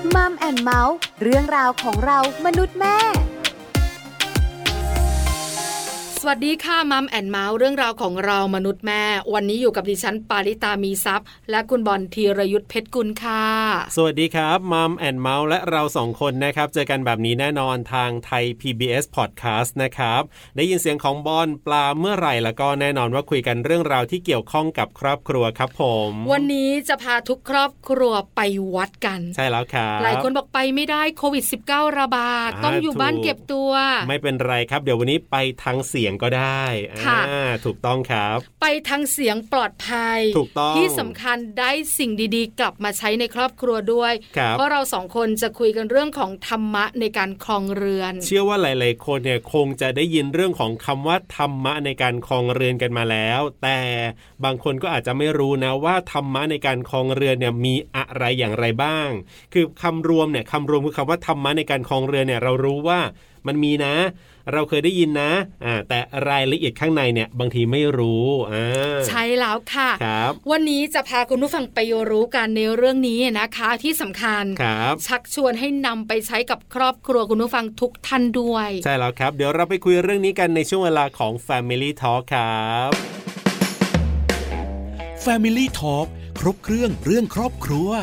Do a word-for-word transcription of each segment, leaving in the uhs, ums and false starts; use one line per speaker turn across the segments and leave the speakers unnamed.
มัมแอนด์เมาส์เรื่องราวของเรามนุษย์แม่
สวัสดีค่ะมัมแอนเมาส์เรื่องราวของเรามนุษย์แม่วันนี้อยู่กับดิฉันปาริตามีทรัพย์และคุณบอลธีรยุทธเพชรกุลค่ะ
สวัสดีครับมัมแอนเมาส์และเราสองคนนะครับเจอกันแบบนี้แน่นอนทางไทย พี บี เอส Podcast นะครับได้ยินเสียงของบอลปลาเมื่อไหร่แล้วก็แน่นอนว่าคุยกันเรื่องราวที่เกี่ยวข้องกับครอบครัวครับผม
วันนี้จะพาทุกครอบครัวไปวัดกัน
ใช่แล้วครับ
หลายคนบอกไปไม่ได้โควิด สิบเก้า ระบาดต้องอยู่บ้านเก็บตัว
ไม่เป็นไรครับเดี๋ยววันนี้ไปทางเสียงก็ได้
ค่ะ
ถูกต้องครับ
ไปทางเสียงปลอดภัย
ถูกต้อง
ที่สำคัญได้สิ่งดีๆกลับมาใช้ในครอบครัวด้วยเพราะเราสองคนจะคุยกันเรื่องของธรรมะในการครองเรือน
เชื่อว่าหลายๆคนเนี่ยคงจะได้ยินเรื่องของคำว่าธรรมะในการครองเรือนกันมาแล้วแต่บางคนก็อาจจะไม่รู้นะว่าธรรมะในการครองเรือนเนี่ยมีอะไรอย่างไรบ้างคือคำรวมเนี่ยคำรวมคือคำว่าธรรมะในการครองเรือนเนี่ยเรารู้ว่ามันมีนะเราเคยได้ยินนะอ่าแต่รายละเอียดข้างในเนี่ยบางทีไม่รู้อ่า
ใช่แล้วค่ะ
ครับ
วันนี้จะพาคุณผู้ฟังไปรู้กันในเรื่องนี้นะคะที่สำคัญชักชวนให้นำไปใช้กับครอบครัวคุณผู้ฟังทุกท่านด้วย
ใช่แล้วครับเดี๋ยวเราไปคุยเรื่องนี้กันในช่วงเวลาของ Family Talk ครับ
Family Talk ครบเครื่องเรื่องครอบครัว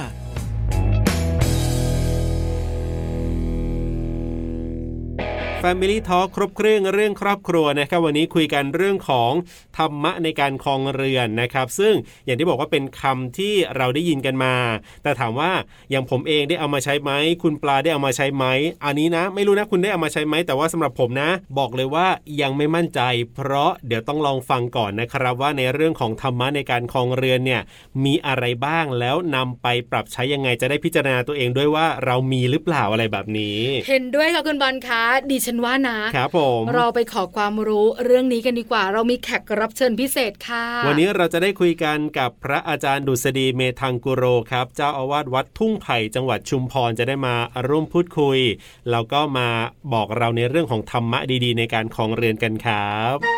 Family Talk ครบเครื่องเรื่องครอบครัวนะครับวันนี้คุยกันเรื่องของธรรมะในการครองเรือนนะครับซึ่งอย่างที่บอกว่าเป็นคำที่เราได้ยินกันมาแต่ถามว่าอย่างผมเองได้เอามาใช้ไหมคุณปลาได้เอามาใช้ไหมอันนี้นะไม่รู้นะคุณได้เอามาใช้ไหมแต่ว่าสำหรับผมนะบอกเลยว่ายังไม่มั่นใจเพราะเดี๋ยวต้องลองฟังก่อนนะครับว่าในเรื่องของธรรมะในการครองเรือนเนี่ยมีอะไรบ้างแล้วนำไปปรับใช้ยังไงจะได้พิจารณาตัวเองด้วยว่าเรามีหรือเปล่าอะไรแบบนี้
เห็นด้วยกับคุณบอลคะดิฉันว่านะครับ
ผม
เราไปขอความรู้เรื่องนี้กันดีกว่าเรามีแขกรับเชิญพิเศษค่ะ
วันนี้เราจะได้คุยกันกับพระอาจารย์ดุษฎีเมธังกุโรครับเจ้าอาวาสวัดทุ่งไผ่จังหวัดชุมพรจะได้มาร่วมพูดคุยแล้วก็มาบอกเราในเรื่องของธรรมะดีๆในการครองเรือนกันครับ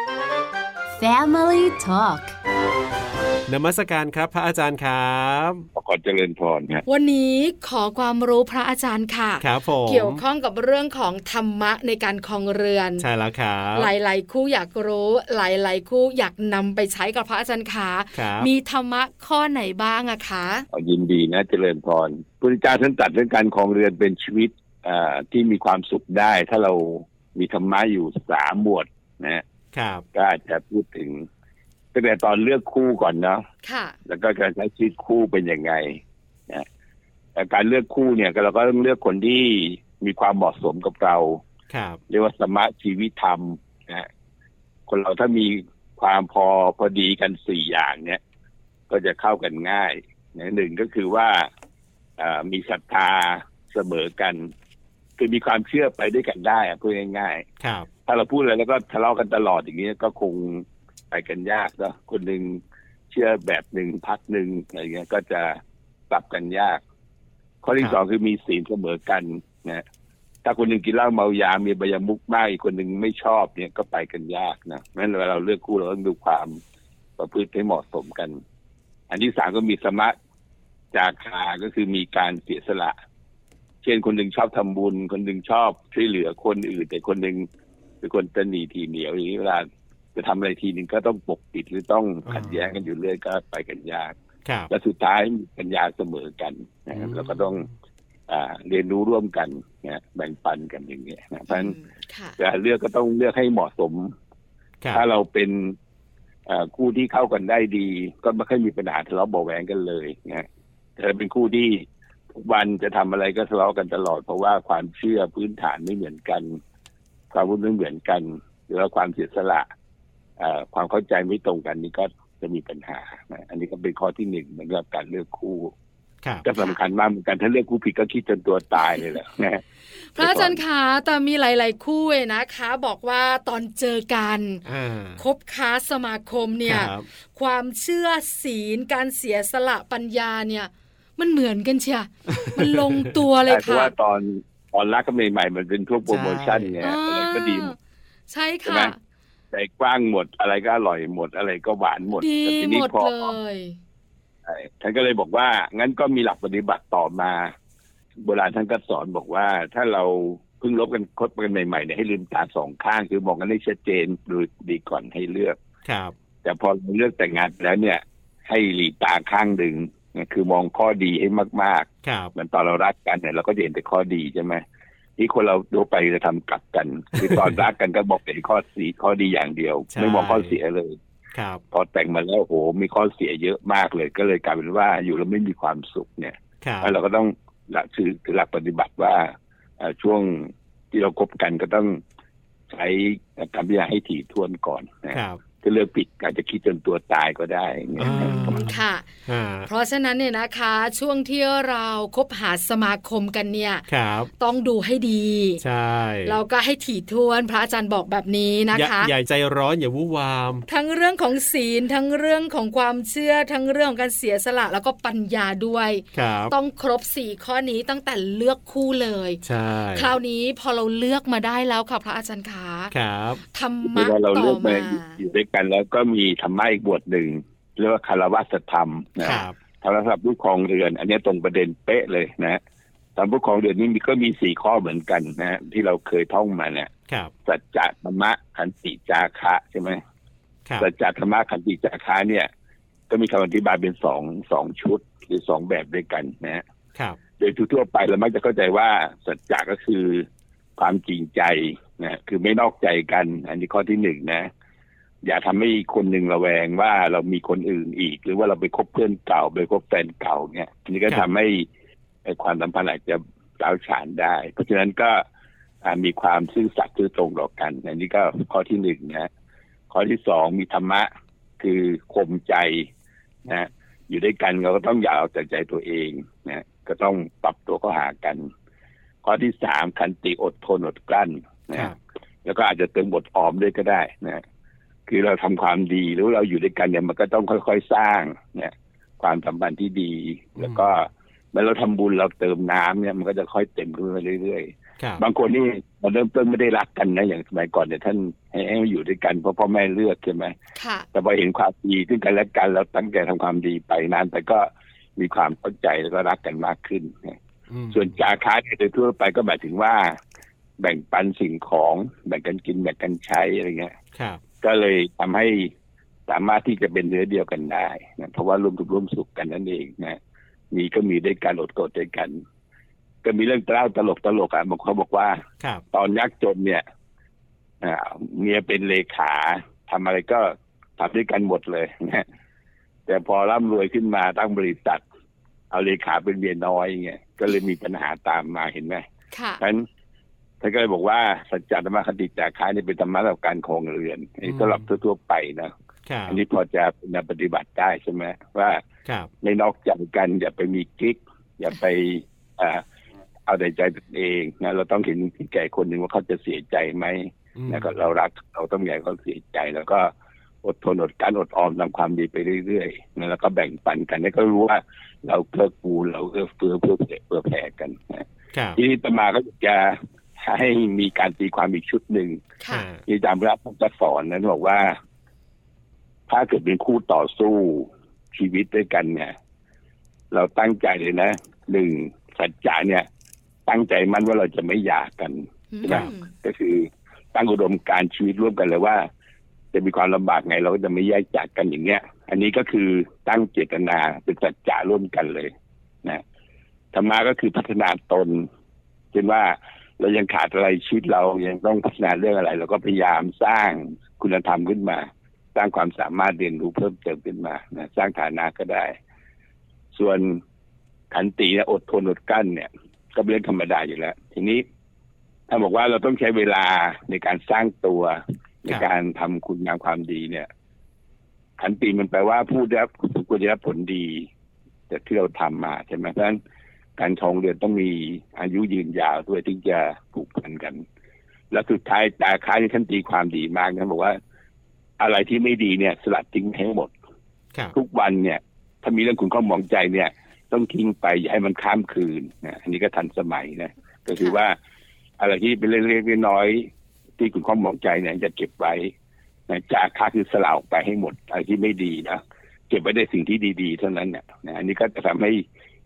Family Talk
นมัสการครับพระอาจารย์ครับ
ขอเจริญพรครับ
วันนี้ขอความรู้พระอาจารย์ค่ะ
ครับผม
เกี่ยวข้องกับเรื่องของธรรมะในการครองเรือน
ใช่แล้วครับ
หลายๆคู่อยากรู้หลายๆคู่อยากนำไปใช้กับพระอาจารย์ขามีธรรมะข้อไหนบ้างอะคะ
ยินดีนะเจริญพรพระพุทธเจ้าท่านตรัสเรื่องการครองเรือนเป็นชีวิตที่มีความสุขได้ถ้าเรามีธรรมะอยู่สามหมวดนะครับก็อาจจะพูดถึงตั้งแต่ตอนเลือกคู่ก่อนเนาะแล้วก็การใช้ชีวิตคู่เป็นยังไงนะการเลือกคู่เนี่ยเราก็ต้องเลือกคนที่มีความเหมาะสมกับเราเรียกว่าสมะชีวิตธรรมนะคนเราถ้ามีความพอพอดีกันสี่อย่างเนี่ยก็จะเข้ากันง่ายนะหนึ่งก็คือว่ามีศรัทธาเสมอกันคือมีความเชื่อไปด้วยกันได้พูดง่ายๆถ้าเราพูดอะไรแล้วก็ทะเลาะกันตลอดอย่างนี้ก็คงไปกันยากเนาะคนหนึ่งเชื่อแบบหนึ่งพักหนึ่งอะไรเงี้ยก็จะปรับกันยากข้อที่สองคือมีศีลเสมอกันนะถ้าคนหนึ่งกินเหล้าเมายามีใบยมุขมากอีกคนหนึ่งไม่ชอบเนี่ยก็ไปกันยากนะงั้นเวลาเราเลือกคู่เราต้องดูความประพฤติให้เหมาะสมกันอันที่สามก็มีสมะจาคาก็คือมีการเสียสละเช่นคนหนึ่งชอบทำบุญคนหนึ่งชอบช่วยเหลือคนอื่นแต่คนหนึ่งเป็นคนตนีทีเหนียวอย่างนี้เวลาจะทำอะไรทีนึงก็ต้องปกปิดหรือต้องขัดแย้งกันอยู่เรื่อยก็ไปกันยากและสุดท้ายมีปัญญาเสมอกันนะครับแล้วก็ต้องอ่าเรียนรู้ร่วมกันนะแบ่งปันกันอย่างเงี้ยนะเพราะฉะนั้นการเลือกก็ต้องเลือกให้เหมาะสมถ้าเราเป็นคู่ที่เข้ากันได้ดีก็ไม่ค่อยมีปัญหาทะเลาะเบาะแว้งกันเลยนะแต่เป็นคู่ที่ทุกวันจะทำอะไรก็ทะเลาะกันตลอดเพราะว่าความเชื่อพื้นฐานไม่เหมือนกันความรู้ไม่เหมือนกันหรือว่าความเสียสละความเข้าใจไม่ตรงกันนี่ก็จะมีปัญหาอันนี้ก็เป็นข้อที่หนึ่งเหมือนกับการเลือกคู่ก็สำคัญมากเหมือนกันถ้าเลือกคู่ผิดก็คิดจนตัวตายเลยแหละนะ
พระอาจารย์คะแต่มีหลายๆคู่เลยนะคะบอกว่าตอนเจอกันคบค้าสมาคมเนี่ยความเชื่อศีลการเสียสละปัญญาเนี่ยมันเหมือนกันเชียมันลงตัวเลยค่ะเพราะ
ว่าตอนตอนรักกันใหม่ๆมันเป็นพวกโปรโมชั่นไงอะไรก็ดี
ใช่ค่ะ
ใจกว้างหมดอะไรก็อร่อยหมดอะไรก็หวานหมด
แต่ทีนี้พอท่
านก็เลยบอกว่างั้นก็มีหลักปฏิบัติต่อมาโบราณท่านก็สอนบอกว่าถ้าเราเพิ่งลบกันคบกันใหม่ๆเนี่ยให้ลืมตาสองข้างคือมองกันให้ชัดเจนดูดีก่อนให้เลือก
ครับ
แต่พอเลือกแต่งงานแล้วเนี่ยให้หลีตาข้างดึงคือมองข้อดีให้มากๆเหมือนตอนเรารักกันเนี่ยเราก็เห็นแต่ข้อดีใช่ไหมที่คนเราดูไปจะทำกลับกันคือตอนรักกันก็บอกแต่ข้อสีข้อดีอย่างเดียวไม่มองข้อเสียเลยพอแต่งมาแล้วโหมีข้อเสียเยอะมากเลยก็เลยกลายเป็นว่าอยู่แล้วไม่มีความสุขเนี่ยแล้วเราก็ต้องหลักคือหลักปฏิบัติว่าช่วงที่เราคบกันก็ต้องใช้การพิจารณาให้ถี่ถ้วนก่อนนะครับถ้าเลือกผิดอาจจะคิดจนตัวตายก็ได้เนี่ย
ค่ะเพราะฉะนั้นเนี่ยนะคะช่วงที่เราคบหาสมาคมกันเนี่ยต้องดูให้ดี
ใช่
แล้วก็ให้ถี่ถ้วนพระอาจารย์บอกแบบนี้นะคะ
อย่าใจร้อนอย่าวู่วาม
ทั้งเรื่องของศีลทั้งเรื่องของความเชื่อทั้งเรื่องของการเสียสละแล้วก็ปัญญาด้วยต้องครบสี่ข้อนี้ตั้งแต่เลือกคู่เลย
ใช่
คราวนี้พอเราเลือกมาได้แล้วค่ะพระอาจารย์ขา
ครับ
ธรรมะต่อมา
อยู่ด้วยกันแล้วก็มีธรรมะอีกบทหนึ่งเรียกว่าคารวะธรรมนะสำหรับผู้ครองเรือนอันนี้ตรงประเด็นเป๊ะเลยนะสำหรับผู้ครองเรือนนี่ก็มีสี่ข้อเหมือนกันนะที่เราเคยท่องมาเนี่ยสัจจะธรรมะขันติจาคะใช่ไหมสัจจะธรรมะขันติจาคะเนี่ยก็มีคำอธิบายเป็นสองสองชุดหรือสองแบบด้วยกันนะโดยทั่วไปเรามักจะเข้าใจว่าสัจจะก็คือความจริงใจนะคือไม่นอกใจกันอันนี้ข้อที่หนึ่งนะอย่าทำให้คนหนึ่งระแวงว่าเรามีคนอื่นอีกหรือว่าเราไปคบเพื่อนเก่าไปคบแฟนเก่าเนี่ยอันนี้ก็ทำให้ความสัมพันธ์อาจจะร้าวฉานได้เพราะฉะนั้นก็มีความซื่อสัตย์ซื่อตรงต่อกันอันนี้ก็ข้อที่หนึ่งนะข้อที่สองมีธรรมะคือข่มใจนะอยู่ด้วยกันเราก็ต้องอย่าเอาแต่ใจตัวเองนะก็ต้องปรับตัวเข้าหากันข้อที่สามขันติอดทนอดกลั้นนะแล้วก็อาจจะเติมบทออมด้วยก็ได้นะคือเราทำความดีหรือเราอยู่ด้วยกันเนี่ยมันก็ต้องค่อยๆสร้างเนี่ยความสัมพันธ์ที่ดีแล้วก็เมื่อเราทำบุญเราเติมน้ำเนี่ยมันก็จะค่อยเต็มขึ้นมาเรื่อยๆบางคนนี่ตอนเริ่มต้นไม่ได้รักกันนะอย่างสมัยก่อนเนี่ยท่านให้ให้อยู่ด้วยกันเพราะพ่อแม่เลือกใช่ไหมแต่พอเห็นความดีซึ่งกันและกันแล้วตั้งใจทำความดีไปนานแต่ก็มีความเข้าใจแล้วก็รักกันมากขึ้นส่วนจาคะโดยทั่วไปก็หมายถึงว่าแบ่งปันสิ่งของแบ่งกันกินแบ่งกันใช้อะไรเงี้ยก็เลยทำให้สามารถที่จะเป็นเนื้อเดียวกันได้นะเพราะว่าร่วมทุกข์ร่วมสุขกันนั่นเองนะมีก็มีด้วยกันอดกดด้วยกันก็มีเรื่องเล่าตลกตลกอ่ะบางคนบอกว่าตอนยากจนเนี่ยเมียเป็นเลขาทำอะไรก็ทำด้วยกันหมดเลยนะแต่พอร่ำรวยขึ้นมาตั้งบริษัทเอาเลขาเป็นเมียน้อยเงี้ยก็เลยมีปัญหาตามมาเห็นไหม
ค่ะ
ฉะนั้นท่านก็เลยบอกว่าสัจจะธรรมะขันติจาคะนี่เป็นธรรมะสำหรับการครองเรือนนี่สำหรับทั่วๆไปนะอันนี้พอจะเป็นปฏิบัติได้ใช่ไหมว่าไม่นอกใจกันอย่าไปมีกิ๊กอย่าไปเอาแต่ใจตัวเองนะเราต้องเห็นที่แก่คนหนึ่งว่าเขาจะเสียใจไหมแล้วก็เรารักเราต้องอยากเขาเสียใจแล้วก็อดทนอดกลั้นอดออมทำความดีไปเรื่อยๆนะแล้วก็แบ่งปันกันให้เขารู้ว่าเราเกื้อกูลเราเอื้อเฟื้อเพื่อเพื่อแผ่กันนะทีนี้ตมาก็จะให้มีการตีความอีกชุดหนึ่งที่อาจารย์พระพุทธสอนนั้นบอกว่าถ้าเกิดเป็นคู่ต่อสู้ชีวิตด้วยกันเนี่ยเราตั้งใจเลยนะหนึ่งสัจจะเนี่ยตั้งใจมั่นว่าเราจะไม่หย่ากันนะก็คือตั้งอุดมการชีวิตร่วมกันเลยว่าจะมีความลำบากไงเราก็จะไม่แยกจากกันอย่างเงี้ยอันนี้ก็คือตั้งเจตนาเป็นสัจจะร่วมกันเลยนะธรรมะก็คือพัฒนาตนเช่นว่าเรายังขาดอะไรชีวิตเรายังต้องพัฒนาเรื่องอะไรเราก็พยายามสร้างคุณธรรมขึ้นมาสร้างความสามารถเรียนรู้เพิ่มเติมขึ้นมานะสร้างฐานะก็ได้ส่วนขันติอดทนอดกลั้นเนี่ยก็เป็นเรื่องธรรมดาอยู่แล้วทีนี้ถ้าบอกว่าเราต้องใช้เวลาในการสร้างตัวในการทำคุณงามความดีเนี่ยขันติมันแปลว่าผู้ได้รับควรจะรับผลดีแต่ที่เราทำมาใช่ไหมเพราะฉะนั้นการครองเรือนต้องมีอายุยืนยาวด้วยถึงจะผูกพันกันแล้วสุดท้ายจาคะที่ท่านตีความดีมากนะบอกว่าอะไรที่ไม่ดีเนี่ยสลัดทิ้งทั้งหมดทุกวันเนี่ยถ้ามีเรื่องคุณข้องมองใจเนี่ยต้องทิ้งไปอย่าให้มันข้ามคืนนะอันนี้ก็ทันสมัยนะก็คือว่าอะไรที่เป็นเรื่องเล็กๆน้อยๆที่คุณข้องมองใจเนี่ยจะเก็บไว้นะจาคะคือสละออกไปให้หมดอะไรที่ไม่ดีนะเก็บไว้ได้สิ่งที่ดีๆเท่านั้นเนี่ยนะอันนี้ก็จะทำให้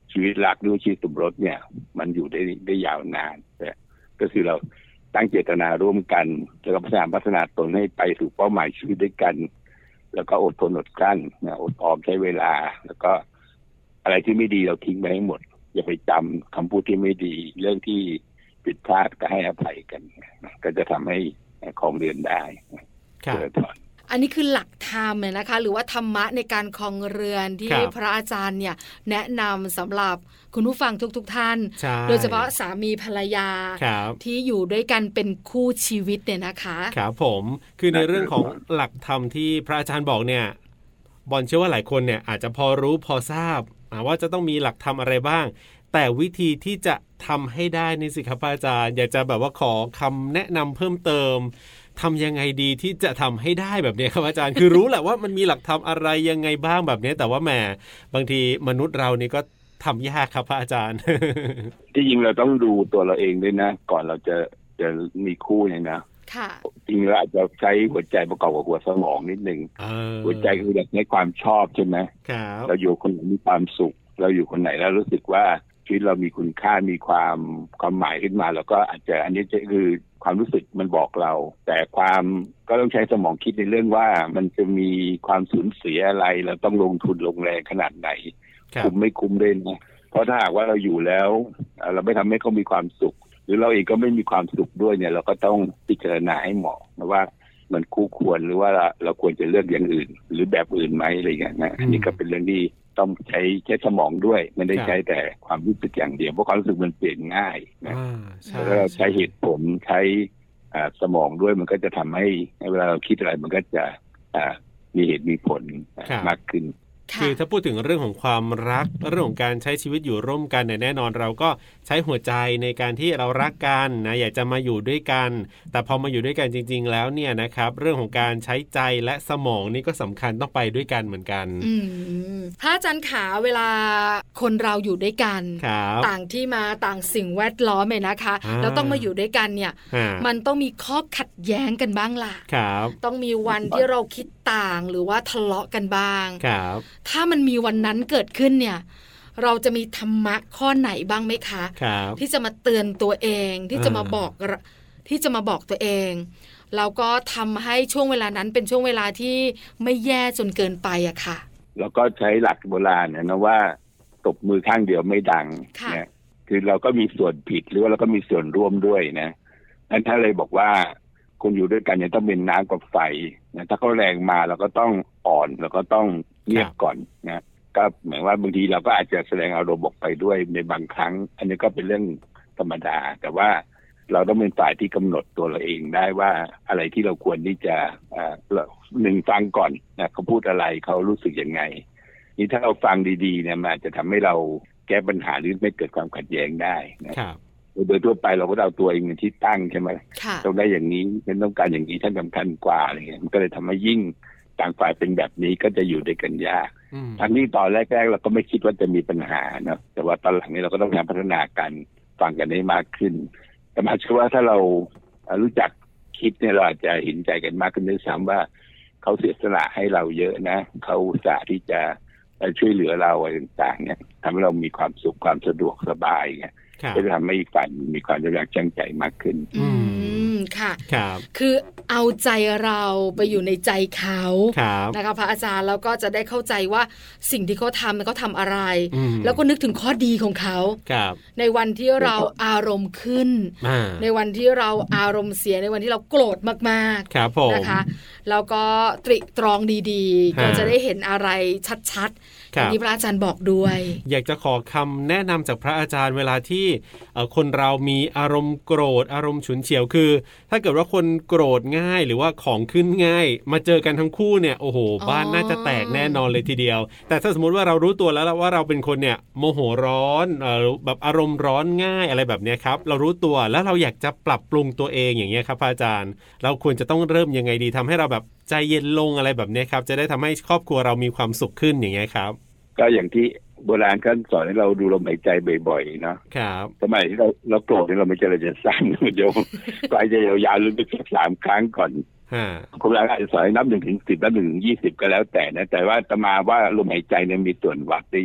ชีวิตรักหรือชีวิตสมรสเนี่ยมันอยู่ได้ได้ยาวนานแต่ก็คือเราตั้งเจตนาร่วมกันแล้วก็พยายามพัฒนาตนให้ไปสู่เป้าหมายชีวิตด้วยกันแล้วก็อดทนอดกลั้นนะอดออมใช้เวลาแล้วก็อะไรที่ไม่ดีเราทิ้งไปให้หมดอย่าไปจำคำพูดที่ไม่ดีเรื่องที่ผิดพลาดก็ให้อภัยกันก็จะทำให้ครองเรือนได้ครับ
อันนี้คือหลักธรรมเลยนะคะหรือว่าธรรมะในการครองเรือนที่พระอาจารย์เนี่ยแนะนำสำหรับคุณผู้ฟังทุกๆ ท่านโดยเฉพาะสามีภรรยาที่อยู่ด้วยกันเป็นคู่ชีวิตเนี่ยนะคะ
ครับผมคือในเรื่องของหลักธรรมที่พระอาจารย์บอกเนี่ยบอลเชื่อว่าหลายคนเนี่ยอาจจะพอรู้พอทราบว่าจะต้องมีหลักธรรมอะไรบ้างแต่วิธีที่จะทำให้ได้นี่สิครับอาจารย์อยากจะแบบว่าขอคำแนะนำเพิ่มเติมทำยังไงดีที่จะทำให้ได้แบบนี้ครับอาจารย์ คือรู้แหละว่ามันมีหลักธรรมอะไรยังไงบ้างแบบนี้แต่ว่าแหมบางทีมนุษย์เรานี่ก็ทำยากครับพระอาจารย์
ที่จริงเราต้องดูตัวเราเองด้วยนะก่อนเราจะจะมีคู่เนี่ยนะจริงเราอาจจะใช้หัวใจประกอบกับหัวสมองนิดนึงหัวใจคืออยากให้ความชอบใช่ไหมเราอยู่คนไหนมีความสุขเราอยู่คนไหนแล้วรู้สึกว่าชีวิตเรามีคุณค่ามีความความหมายขึ้นมาแล้วก็อาจจะอันนี้จะคือความรู้สึกมันบอกเราแต่ความก็ต้องใช้สมองคิดในเรื่องว่ามันจะมีความสูญเสียอะไรเราต้องลงทุนลงแรงขนาดไหนคุ้มไม่คุ้มด้วยนะเพราะถ้าหากว่าเราอยู่แล้วเราไม่ทำให้เขามีความสุขหรือเราเองก็ไม่มีความสุขด้วยเนี่ยเราก็ต้องพิจารณาให้เหมาะนะว่ามันคู่ควรหรือว่าเราควรจะเลือกอย่างอื่นหรือแบบอื่นไหมอะไรอย่างเงี้ยนะอันนี้ก็เป็นเรื่องที่ต้องใช้ใช้สมองด้วยไม่ได้ใช้แต่ความรู้สึกอย่างเดียวเพราะความรู้สึกมันเปลี่ยนง่ายนะแล้วเราใช้เหตุผลใช้สมองด้วยมันก็จะทำให้เวลาเราคิดอะไรมันก็จะมีเหตุมีผลมากขึ้น
คือถ้าพูดถึงเรื่องของความรักเรื่องของการใช้ชีวิตอยู่ร่วมกันเนี่ยแน่นอนเราก็ใช้หัวใจในการที่เรารักกันนะอยากจะมาอยู่ด้วยกันแต่พอมาอยู่ด้วยกันจริงๆแล้วเนี่ยนะครับเรื่องของการใช้ใจและสมองนี่ก็สำคัญต้องไปด้วยกันเหมือนกัน
พระอาจารย์ขาเวลาคนเราอยู่ด้วยกันต่างที่มาต่างสิ่งแวดล้อมเนี่ยนะคะแล้วต้องมาอยู่ด้วยกันเนี่ยมันต้องมีข้อขัดแย้งกันบ้างล่ะต้องมีวันที่เราคิดต่างหรือว่าทะเลาะกันบ้างถ้ามันมีวันนั้นเกิดขึ้นเนี่ยเราจะมีธรรมะข้อไหนบ้างไหมคะที่จะมาเตือนตัวเองที่จะมาบอกที่จะมาบอกตัวเองแล้วก็ทำให้ช่วงเวลานั้นเป็นช่วงเวลาที่ไม่แย่จนเกินไปอะค่ะ
แล้วก็ใช้หลักโบราณนะว่าตบมือข้างเดียวไม่ดังนะคือเราก็มีส่วนผิดหรือว่าเราก็มีส่วนร่วมด้วยนะนั้นถ้าเลยบอกว่าคนอยู่ด้วยกันเนี่ยต้องเป็นน้ำกับไฟนะถ้าเขาแรงมาเราก็ต้องอ่อนเราก็ต้องเงียบก่อนนะก็หมายว่าบางทีเราก็อาจจะแสดงอารมณ์ออกไปด้วยในบางครั้งอันนี้ก็เป็นเรื่องธรรมดาแต่ว่าเราต้องเป็นฝ่ายที่กำหนดตัวเราเองได้ว่าอะไรที่เราควรที่จะหนึ่งฟังก่อนนะเขาพูดอะไรเขารู้สึกยังไงนี่ถ้าเราฟังดีๆเนี่ยมันอาจจะทำให้เราแก้ปัญหาหรือไม่เกิดความขัดแย้งได้นะโดยทั่วไปเราก็เอาตัวเองเป็นที่ตั้งใช่ไหมต้องได้อย่างนี้ฉันต้องการอย่างนี้ท่านสำคัญกว่าอะไรเงี้ยมันก็เลยทำให้ยิ่งต่างฝ่ายเป็นแบบนี้ก็จะอยู่ด้วยกันยากทั้งนี้ตอนแรกๆเราก็ไม่คิดว่าจะมีปัญหานะแต่ว่าตอนหลังนี้เราก็ต้องพยายามพัฒนาการฟังกันได้มากขึ้นแต่มาเชื่อว่าถ้าเรารู้จักคิดเนี่ยเราอาจจะเห็นใจกันมากขึ้นด้วยซ้ำว่าเขาเสียสละให้เราเยอะนะเขาอุตส่าห์ที่จะช่วยเหลือเราอะไรต่างๆเนี่ยทำให้เรามีความสุขความสะดวกสบายไงก็จะทำให้ฝ่ายมีความอยากจังใจมากขึ้น
อืมค่ะครับคือเอาใจเราไปอยู่ในใจเขานะคะพระอาจารย์แล้วก็จะได้เข้าใจว่าสิ่งที่เขาทำเขาทำอะไรแล้วก็นึกถึงข้อดีของเขาในวันที่เราอารมณ์ขึ้นในวันที่เราอารมณ์เสียในวันที่เราโกรธมากๆนะคะแล้วก็ตริตรองดีๆก็จะได้เห็นอะไรชัดๆอย่างที่พระอาจารย์บอกด้วย
อยากจะขอคำแนะนำจากพระอาจารย์เวลาที่คนเรามีอารมณ์โกรธอารมณ์ฉุนเฉียวคือถ้าเกิดว่าคนโกรธง่ายหรือว่าของขึ้นง่ายมาเจอกันทั้งคู่เนี่ยโอ้โหบ้านน่าจะแตกแน่นอนเลยทีเดียวแต่ถ้าสมมติว่าเรารู้ตัวแล้วว่าเราเป็นคนเนี่ยโมโหร้อนแบบอารมณ์ร้อนง่ายอะไรแบบนี้ครับเรารู้ตัวแล้วเราอยากจะปรับปรุงตัวเองอย่างเงี้ยครับอาจารย์เราควรจะต้องเริ่มยังไงดีทำให้เราแบบใจเย็นลงอะไรแบบนี้ครับจะได้ทำให้ครอบครัวเรามีความสุขขึ้นอย่างเงี้ยครับ
ก็อย่างที่โบราณเขาสอนให้เราดูลมหายใจบ่อยๆนะครับสมัยที่เราเราโกรธเนี่ยเราไม่ใช่เราจะสั้นเดี๋ยวก็อาจจะยาวๆหรือไปสักสามครั้งก่อนคนโบราณอาจจะสอนให้นับหนึ่งถึงสิบนับหนึ่งถึงยี่สิบก็แล้วแต่นะแต่ว่าอาตมาว่าลมหายใจเนี่ยมีส่วนวัดได้เยอะ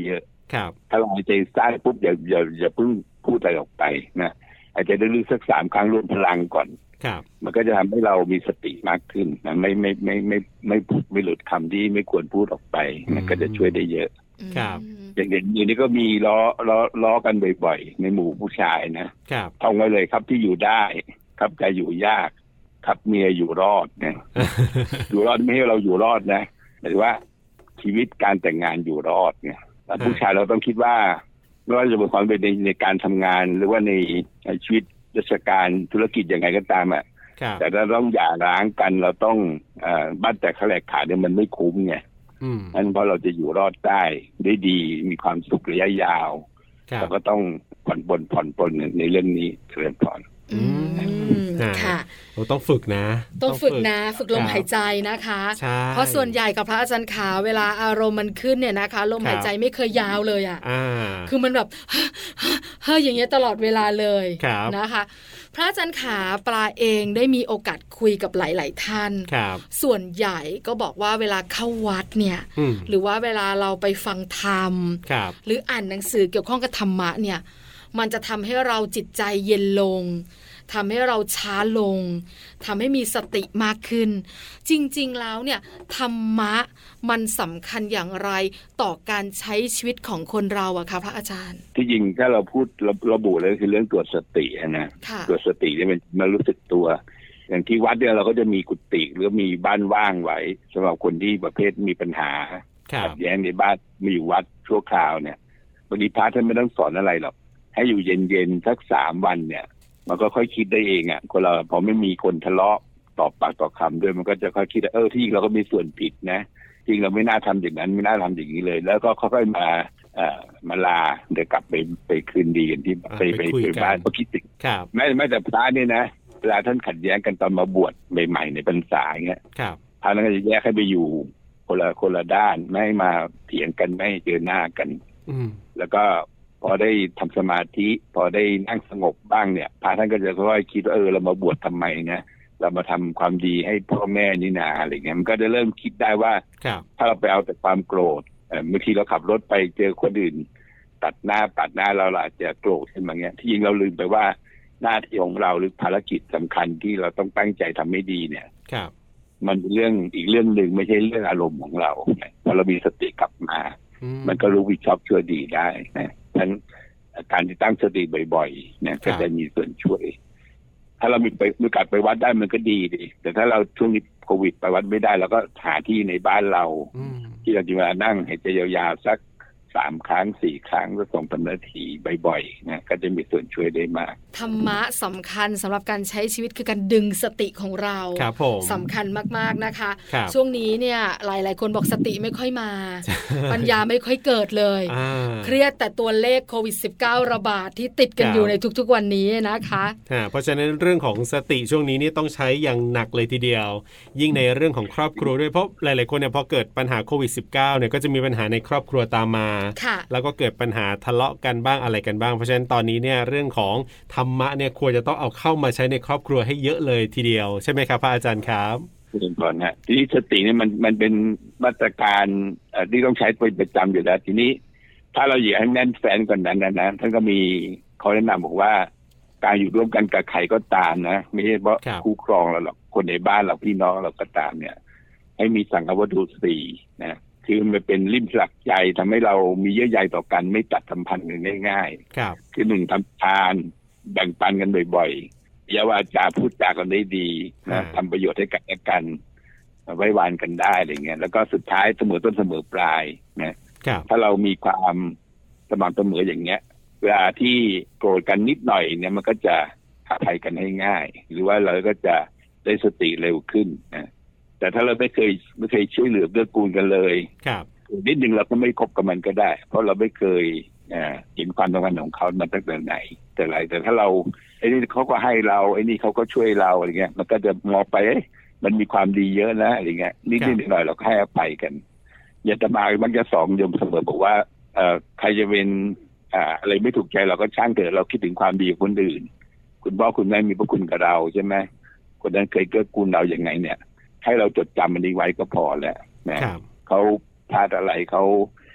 ครับ
ถ้าเราหายใจสั้นปุ๊บอย่าอย่าอย่าเพิ่งพูดอะไรออกไปนะหายใจลึกๆสักสามครั้งรวมพลังก่อน
ครับ
มันก็จะทำให้เรามีสติมากขึ้นนะไม่ไม่ไม่ไม่ไม่พูดไม่หลุดคำที่ไม่ควรพูดออกไปนะก็จะช่วยได้เยอะ
ครับ
อย่างเด่นอยู่นี่ก็มีล้อล้อล้อกันบ่อยๆในหมู่ผู้ชายนะครับท่องไว้เลยครับที่อยู่ได้ครับใจอยู่ยากครับเมียอยู่รอดนะ อยู่รอดไม่ให้เราอยู่รอดนะหมายถึงว่าชีวิตการแต่งงานอยู่รอดเนี่ยผู้ชายเราต้องคิดว่าไม่ว่าจะเป็นความเป็นในในการทำงานหรือว่าในชีวิตราชการธุรกิจยังไงก็ตามอ่ะแต่ถ้าต้องหย่าร้างกันเราต้องอ่าบ้านแต่ขแหลกขาเนี่ยมันไม่คุ้มไงนั่นเพราะเราจะอยู่รอดได้ได้ดีมีความสุขระยะยาวเราก็ต้องผ่อนปลนผ่อนปลนในเรื่องนี้เรียนผ่อน
อืมค่ะ
เราต้องฝึกนะ
ต้องฝึกนะฝึกลมหายใจนะคะเพราะส่วนใหญ่กับพระอาจารย์ขาเวลาอารมณ์มันขึ้นเนี่ยนะคะลมหายใจไม่เคยยาวเลยอ่ะคือมันแบบเฮ้ยอย่างเงี้ยตลอดเวลาเลยนะคะพระอาจารย์ขาปลาเองได้มีโอกาสคุยกับหลายๆท่านส่วนใหญ่ก็บอกว่าเวลาเข้าวัดเนี่ยหรือว่าเวลาเราไปฟังธรรมหรืออ่านหนังสือเกี่ยวข้องกับธรรมะเนี่ยมันจะทำให้เราจิตใจเย็นลงทำให้เราช้าลงทำให้มีสติมากขึ้นจริงๆแล้วเนี่ยธรรมะมันสำคัญอย่างไรต่อการใช้ชีวิตของคนเราอะคะพระอาจารย์
ที่จริงถ้าเราพูดระบุเลยคือเรื่องตัวสตินะตัวสติเนี่ยมันมารู้สึกตัวอย่างที่วัดเนี่ยเราก็จะมีกุฏิหรือมีบ้านว่างไว้สำหรับคนที่ประเภทมีปัญหาขัดแย้งในบ้านมีอยู่วัดชั่วคราวเนี่ยบางทีพระท่านไม่ต้องสอนอะไรหรอกให้อยู่เย็นๆสักสามวันเนี่ยมันก็ค่อยคิดได้เองอ่ะคนเราพอไม่มีคนทะเลาะตอบปากต่อคำด้วยมันก็จะค่อยคิดเออที่เราก็มีส่วนผิดนะจริงเราไม่น่าทำอย่างนั้นไม่น่าทำอย่างนี้เลยแล้วก็ค่อยๆมาเอ่อมาลาเดี๋ยวกลับไปไปคืนดีกันที่ไปไปไปบ้านก็คิดถึงแม้แม้แต่พระเนี่ยนะเวลาท่านขัดแย้งกันตอนมาบวชใหม่ๆในพรรษาเงี้ยพระนั้นก็จะแยกให้ไปอยู่คนละคนละด้านไม่ให้มาเถียงกันไม่ให้เจอหน้ากันแล้วก็พอได้ทำสมาธิพอได้นั่งสงบบ้างเนี่ยพระท่านก็จะค่อยๆคิดว่าเออเรามาบวชทำไมนะเรามาทำความดีให้พ่อแม่นี่นาอะไรเงี้ยมันก็จะเริ่มคิดได้ว่าถ้าเราไปเอาแต่ความโกรธเมื่อกี้เราขับรถไปเจอคนอื่นตัดหน้าตัดหน้าเราอาจจะโกรธขึ้นมาเงี้ยที่จริงเราลืมไปว่าหน้าที่ของเราหรือภารกิจสำคัญที่เราต้องตั้งใจทำให้ดีเนี่ยมันเป็นเรื่องอีกเรื่องหนึ่งไม่ใช่เรื่องอารมณ์ของเราพอเรามีสติกลับมามันก็รู้วิชอบช่วยดีได้นะทั้งการที่ตั้งสติบ่อยๆเนี่ยก็จะมีส่วนช่วยถ้าเรามีไปมีโอกาสไปวัดได้มันก็ดีดีแต่ถ้าเราช่วงนี้โควิดไปวัดไม่ได้เราก็หาที่ในบ้านเราที่เราจะมานั่งหายใจยาวๆสักสามครั้งสี่ครั้งแล้วส่งเป็นนาทีบ่อยๆนะก็จะมีส่วนช่วยได้มาก
ธรรมะสำคัญสำหรับการใช้ชีวิตคือการดึงสติของเราสำคัญมากๆนะคะช่วงนี้เนี่ยหลายๆคนบอกสติไม่ค่อยมา ปัญญาไม่ค่อยเกิดเลยเครียดแต่ตัวเลขโควิด สิบเก้า ระบาดที่ติดกันอยู่ในทุกๆวันนี้นะคะ
เพราะฉะนั้นเรื่องของสติช่วงนี้นี่ต้องใช้อย่างหนักเลยทีเดียวยิ่งในเรื่องของครอบครัวด้วยเพราะหลายๆคนเนี่ยพอเกิดปัญหาโควิด สิบเก้า เนี่ยก็จะมีปัญหาในครอบครัวตามมาแล้วก็เกิดปัญหาทะเลาะกันบ้างอะไรกันบ้างเพราะฉะนั้นตอนนี้เนี่ยเรื่องของธรรมะเนี่ยควรจะต้องเอาเข้ามาใช้ในครอบครัวให้เยอะเลยทีเดียวใช่ไหมครับพระอาจารย์ครับ
เป็นก่อนฮะทีนี้สตินี่มันมันเป็นมาตรการที่ต้องใช้เป็นประจำอยู่แล้วทีนี้ถ้าเราอยากให้แน่นแฟ้นกว่านั้นนะท่านก็มีข้อแนะนำบอกว่าการอยู่ร่วมกันกับใครก็ตามนะไม่ใช่เพราะคู่ครองเราหรอกคนในบ้านเราพี่น้องเราก็ตามเนี่ยให้มีสังฆวัตถุสี่นะคือมันเป็นริมหลักใจทำให้เรามีเยื่อใยต่อกันไม่ตัดสัมพันธ์กันง่ายๆครับคือหนึ่งทำทานแบ่งปันกันบ่อยๆอย่าวาจาพูดจากันได้ดีนะทำประโยชน์ให้กันและกันไว้วานกันได้อะไรเงี้ยแล้วก็สุดท้ายเสมอต้นเสมอปลายนะถ้าเรามีความสม่ำเสมออย่างเงี้ยเวลาที่โกรธกันนิดหน่อยเนี่ยมันก็จะอภัยกันให้ง่ายหรือว่าเราก็จะได้สติเร็วขึ้นนะแต่ถ้าเราไม่เคยไม่เคยช่วยเหลือเกื้อกูลกันเลยครับนิดนึงเราก็ไม่คบกับมันก็ได้เพราะเราไม่เคยเห็นความสำคัญของเขามาตั้งแต่ไหนแต่ไรแต่ถ้าเราไอ้นี่เขาก็ให้เราไอ้นี่เขาก็ช่วยเราอะไรเงี้ยมันก็จะมองไปมันมีความดีเยอะนะอะไรเงี้ยนิดนิดหน่อยเราก็ให้อภัยกันอย่าตมาบางจะสองยมเสมอบอกว่าเอ่อใครจะเป็นอ่าอะไรไม่ถูกใจเราก็ช่างเถอะเราคิดถึงความดีของคนอื่นคุณพ่อคุณแม่มีพระคุณกับเราใช่ไหมคนนั้นเคยเกื้อกูลเราอย่างไงเนี่ยให้เราจดจำมันนี้ไว้ก็พอแหละนะเขาพลาดอะไรเขา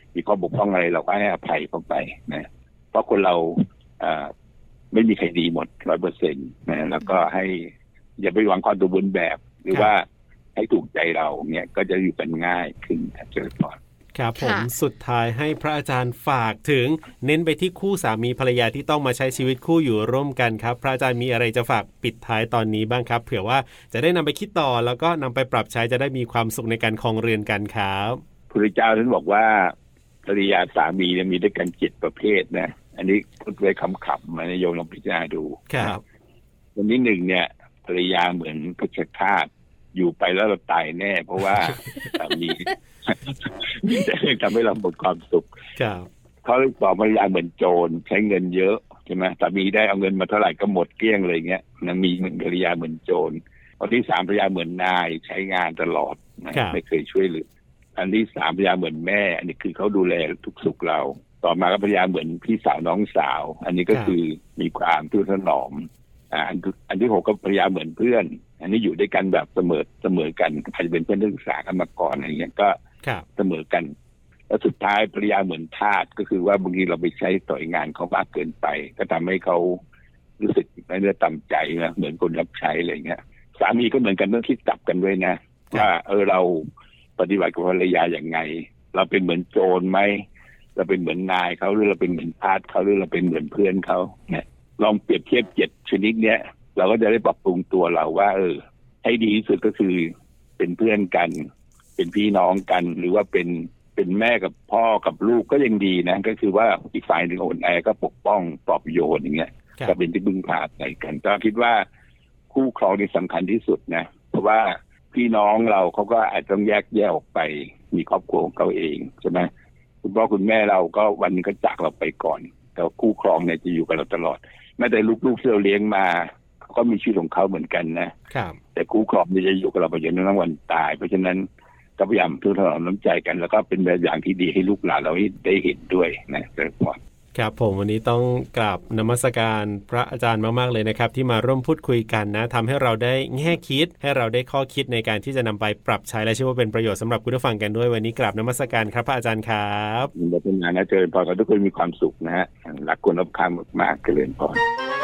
มีข้อบกพร่องอะไรเราก็ให้อภัยเข้าไปนะเพราะคนเราอ่าไม่มีใครดีหมดร้อยเปอร์เซ็นต์นะแล้วก็ให้อย่าไปหวังความสมบูรณ์แบบหรือว่าให้ถูกใจเราเนี่ยก็จะอยู่กันง่ายขึ้นครับเจริญพร
ครับผมสุดท้ายให้พระอาจารย์ฝากถึงเน้นไปที่คู่สามีภรรยาที่ต้องมาใช้ชีวิตคู่อยู่ร่วมกันครับพระอาจารย์มีอะไรจะฝากปิดท้ายตอนนี้บ้างครับเผื่อว่าจะได้นำไปคิดต่อแล้วก็นำไปปรับใช้จะได้มีความสุขในการครองเรือนกันครับ
พระเจ้าท่านบอกว่าภรรยาสามีเนี่ยมีด้วยกันเจ็ดประเภทนะอันนี้พูดไว้คำขับมาในโยมลองพิจารณาดู
ครับ
วันนี้หนึ่งเนี่ยภรรยาเหมือนเพชฌฆาตอยู่ไปแล้วเราตายแน่เพราะว่าสามีจะทำให้เราหมดความสุขเขาบอกภรรยาเหมือนโจรใช้เงินเยอะใช่ไหมสามีได้เอาเงินมาเท่าไหร่ก็หมดเกลี้ยงเลยเงี้ยนะมีภรรยาเหมือนโจรอันที่สามภรรยาเหมือนนายใช้งานตลอดไม่เคยช่วยเหลืออันที่สามภรรยาเหมือนแม่อันนี้คือเขาดูแลทุกสุขเราต่อมาก็ภรรยาเหมือนพี่สาวน้องสาวอันนี้ก็คือมีความทุ่นถนอมอ่าอันที่หกก็ภรรยาเหมือนเพื่อนอันนี้อยู่ด้วยกันแบบเสมอเสมอกันอาจจะเป็นเพื่อนนักศึกษากันมาก่อนอะไรเงี้ยก็เสมอกันแล้วสุดท้ายภรรยาเหมือนทาสก็คือว่าบางทีเราไปใช้ต่อยงานเขามากเกินไปก็ทำให้เขารู้สึกไม่ได้ต่ำใจนะเหมือนคนรับใช้อะไรเงี้ยสามีก็เหมือนกันต้องคิดกลับกันด้วยนะว่าเออเราปฏิบัติกับภรรยาอย่างไงเราเป็นเหมือนโจรไหมเราเป็นเหมือนนายเขาหรือเราเป็นเหมือนทาสเขาหรือเราเป็นเหมือนเพื่อนเขาเนี่ยลองเปรียบเทียบเจ็ดชนิดเนี้ยเราก็จะได้ปรับปรุงตัวเราว่าเออให้ดีที่สุดก็คือเป็นเพื่อนกันเป็นพี่น้องกันหรือว่าเป็นเป็นแม่กับพ่อกับลูกก็ยังดีนะก็คือว่าอีกฝ่ายหนึ่งอ่อนแอก็ปกป้องปลอบโยนอย่างเงี้ยก็เป็นที่พึ่งพาใส่กันก็คิดว่าคู่ครองนี่สำคัญที่สุดนะเพราะว่าพี่น้องเราเขาก็อาจต้องแยกแยกออกไปมีครอบครัวของเขาเองใช่ไหมคุณพ่อคุณแม่เราก็วันนึงก็จากเราไปก่อนแต่คู่ครองเนี่ยจะอยู่กับเราตลอดแม้แต่ลูกๆที่เราเลี้ยงมาเขาก็มีชีวิตของเขาเหมือนกันนะครับแต่คู่ครองจะอยู่กับเราไปจนถึงวันตายเพราะฉะนั้นก็พยายามทุ่นถนอมน้ำใจกันแล้วก็เป็นแบบอย่างที่ดีให้ลูกหลานเราได้เห็นด้วยนะเจ้าพ่อ
ครับผมวันนี้ต้องกราบนมัสการพระอาจารย์มากๆเลยนะครับที่มาร่วมพูดคุยกันนะทำให้เราได้แง่คิดให้เราได้ข้อคิดในการที่จะนำไปปรับใช้และเชื่อว่าเป็นประโยชน์สำหรับคุณผู้ฟังกันด้วยวันนี้กราบนมัสการครับพระอาจารย์ครับ
เป็นงานนะเจริญพรทุกคนมีความสุขนะฮะรักคนรอบข้างมากๆเจริญพร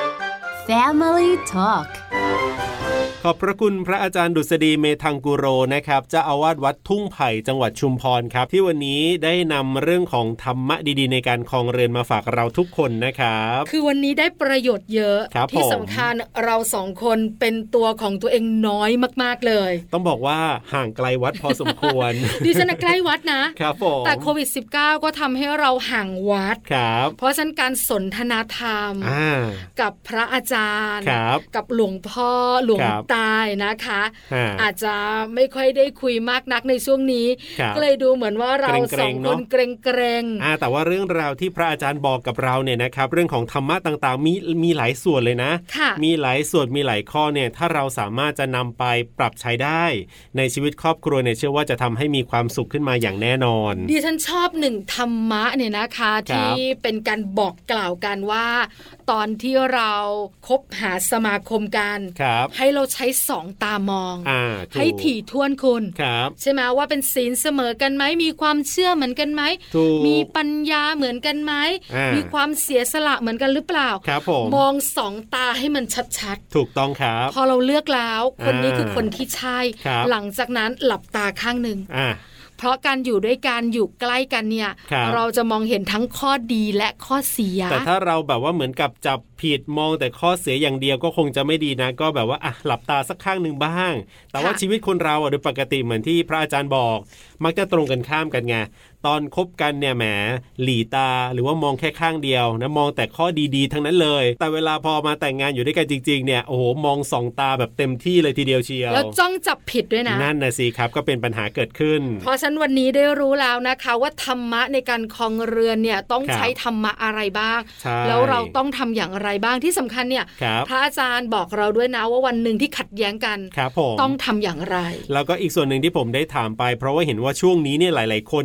Family Talk
ขอบพระคุณพระอาจารย์ดุษฎีเมธังกุโรนะครับเจ้าอาวาสวัดทุ่งไผ่จังหวัดชุมพรครับที่วันนี้ได้นำเรื่องของธรรมะดีๆในการครองเรือนมาฝากเราทุกคนนะครับ
คือวันนี้ได้ประโยชน์เยอะที่สำคัญเราสองคนเป็นตัวของตัวเองน้อยมากๆเลย
ต้องบอกว่าห่างไกลวัดพอสมควร
ดิฉันใกล้วัด
นะครับผม
แต่โควิด สิบเก้า ก็ทำให้เราห่างวัด
ครับ
เพราะฉะนั้นการสนทนาธรรมกับพระอาจารย์กับหลวงพ่อหลวงตานะคะอาจจะไม่ค่อยได้คุยมากนักในช่วงนี้ก็เลยดูเหมือนว่าเราสองคนเกรง
ๆแต่ว่าเรื่องราวที่พระอาจารย์บอกกับเราเนี่ยนะครับเรื่องของธรรมะต่างๆมีมีหลายส่วนเลยนะมีหลายส่วนมีหลายข้อเนี่ยถ้าเราสามารถจะนำไปปรับใช้ได้ในชีวิตครอบครัวเนี่ยเชื่อว่าจะทำให้มีความสุขขึ้นมาอย่างแน่นอน
ดิฉันชอบหนึ่งธรรมะเนี่ยนะคะที่เป็นการบอกกล่าวกันว่าตอนที่เราคบหาสมาคมกันให้เราใช้สองตามองให้ถี่ถ้วนคุณใช่ไหมว่าเป็นศีลเสมอกันไหมมีความเชื่อเหมือนกันไหมมีปัญญาเหมือนกันไหมมีความเสียสละเหมือนกันหรือเปล่า ม, มองสองตาให้มันชัด
ๆถูกต้องครับ
พอเราเลือกแล้วคนนี้คือคนที่ใช่หลังจากนั้นหลับตาข้างหนึ่งเพราะการอยู่ด้วยกันอยู่ใกล้กันเนี่ยรเราจะมองเห็นทั้งข้อดีและข้อเสีย
แต่ถ้าเราแบบว่าเหมือนกับจับผิดมองแต่ข้อเสียอย่างเดียวก็คงจะไม่ดีนะก็แบบว่าอ่ะหลับตาสักข้างนึงบ้างแต่ว่าชีวิตคนเราอ่ะโดยปกติเหมือนที่พระอาจารย์บอกมักจะตรงกันข้ามกันไงตอนคบกันเนี่ยแหมหลีตาหรือว่ามองแค่ข้างเดียวนะมองแต่ข้อดีๆทั้งนั้นเลยแต่เวลาพอมาแต่งงานอยู่ด้วยกันจริงๆเนี่ยโอ้โหมองสองตาแบบเต็มที่เลยทีเดียวเชียว
แล้วจ้องจับผิดด้วยนะ
นั่นนะสิครับก็เป็นปัญหาเกิดขึ้น
เพราะฉะนั้นวันนี้ได้รู้แล้วนะคะว่าธรรมะในการครองเรือนเนี่ยต้องใช้ธรรมะอะไรบ้างแล้วเราต้องทำอย่างไรบ้างที่สำคัญเนี่ยพระอาจารย์บอกเราด้วยนะว่าวันนึงที่ขัดแย้งกันต้องทำอย่างไร
แล้วก็อีกส่วนหนึ่งที่ผมได้ถามไปเพราะว่าเห็นว่าช่วงนี้เนี่ยหลายๆคนเนี่ยโอ้โห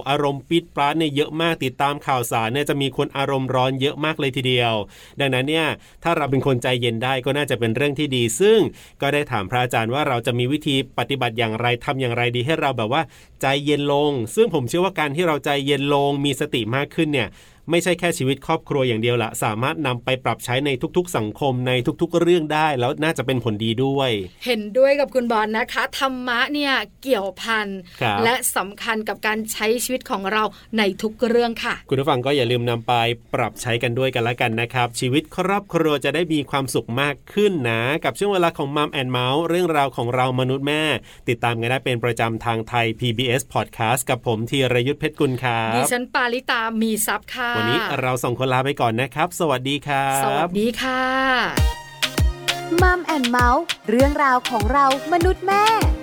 อารมณ์ปิดปราดเนี่ยเยอะมากติดตามข่าวสารเนี่ยจะมีคนอารมณ์ร้อนเยอะมากเลยทีเดียวดังนั้นเนี่ยถ้าเราเป็นคนใจเย็นได้ก็น่าจะเป็นเรื่องที่ดีซึ่งก็ได้ถามพระอาจารย์ว่าเราจะมีวิธีปฏิบัติอย่างไรทำอย่างไรดีให้เราแบบว่าใจเย็นลงซึ่งผมเชื่อว่าการที่เราใจเย็นลงมีสติมากขึ้นเนี่ยไม่ใช่แค่ชีวิตครอบครัวอย่างเดียวละสามารถนำไปปรับใช้ในทุกๆสังคมในทุกๆเรื่องได้แล้วน่าจะเป็นผลดีด้วย
เห็นด้วยกับคุณบอลนะคะธรรมะเนี่ยเกี่ยวพันและสำคัญกับการใช้ชีวิตของเราในทุกเรื่องค่ะ
คุณผู้ฟังก็อย่าลืมนำไปปรับใช้กันด้วยกันละกันนะครับชีวิตครอบครัวจะได้มีความสุขมากขึ้นนะกับช่วงเวลาของมัมแอนด์เมาส์เรื่องราวของเรามนุษย์แม่ติดตามกันได้เป็นประจำทางไทย พี บี เอส Podcast กับผมธีรยุทธเพชรกุลครับ
ดิฉันปาริตามีทรัพย์ค่ะ
วันนี้เราส่งคนลาไปก่อนนะครับสวัสดีครับ
สวัสดีค่ะ
มัมแอนด์เมาส์เรื่องราวของเรามนุษย์แม่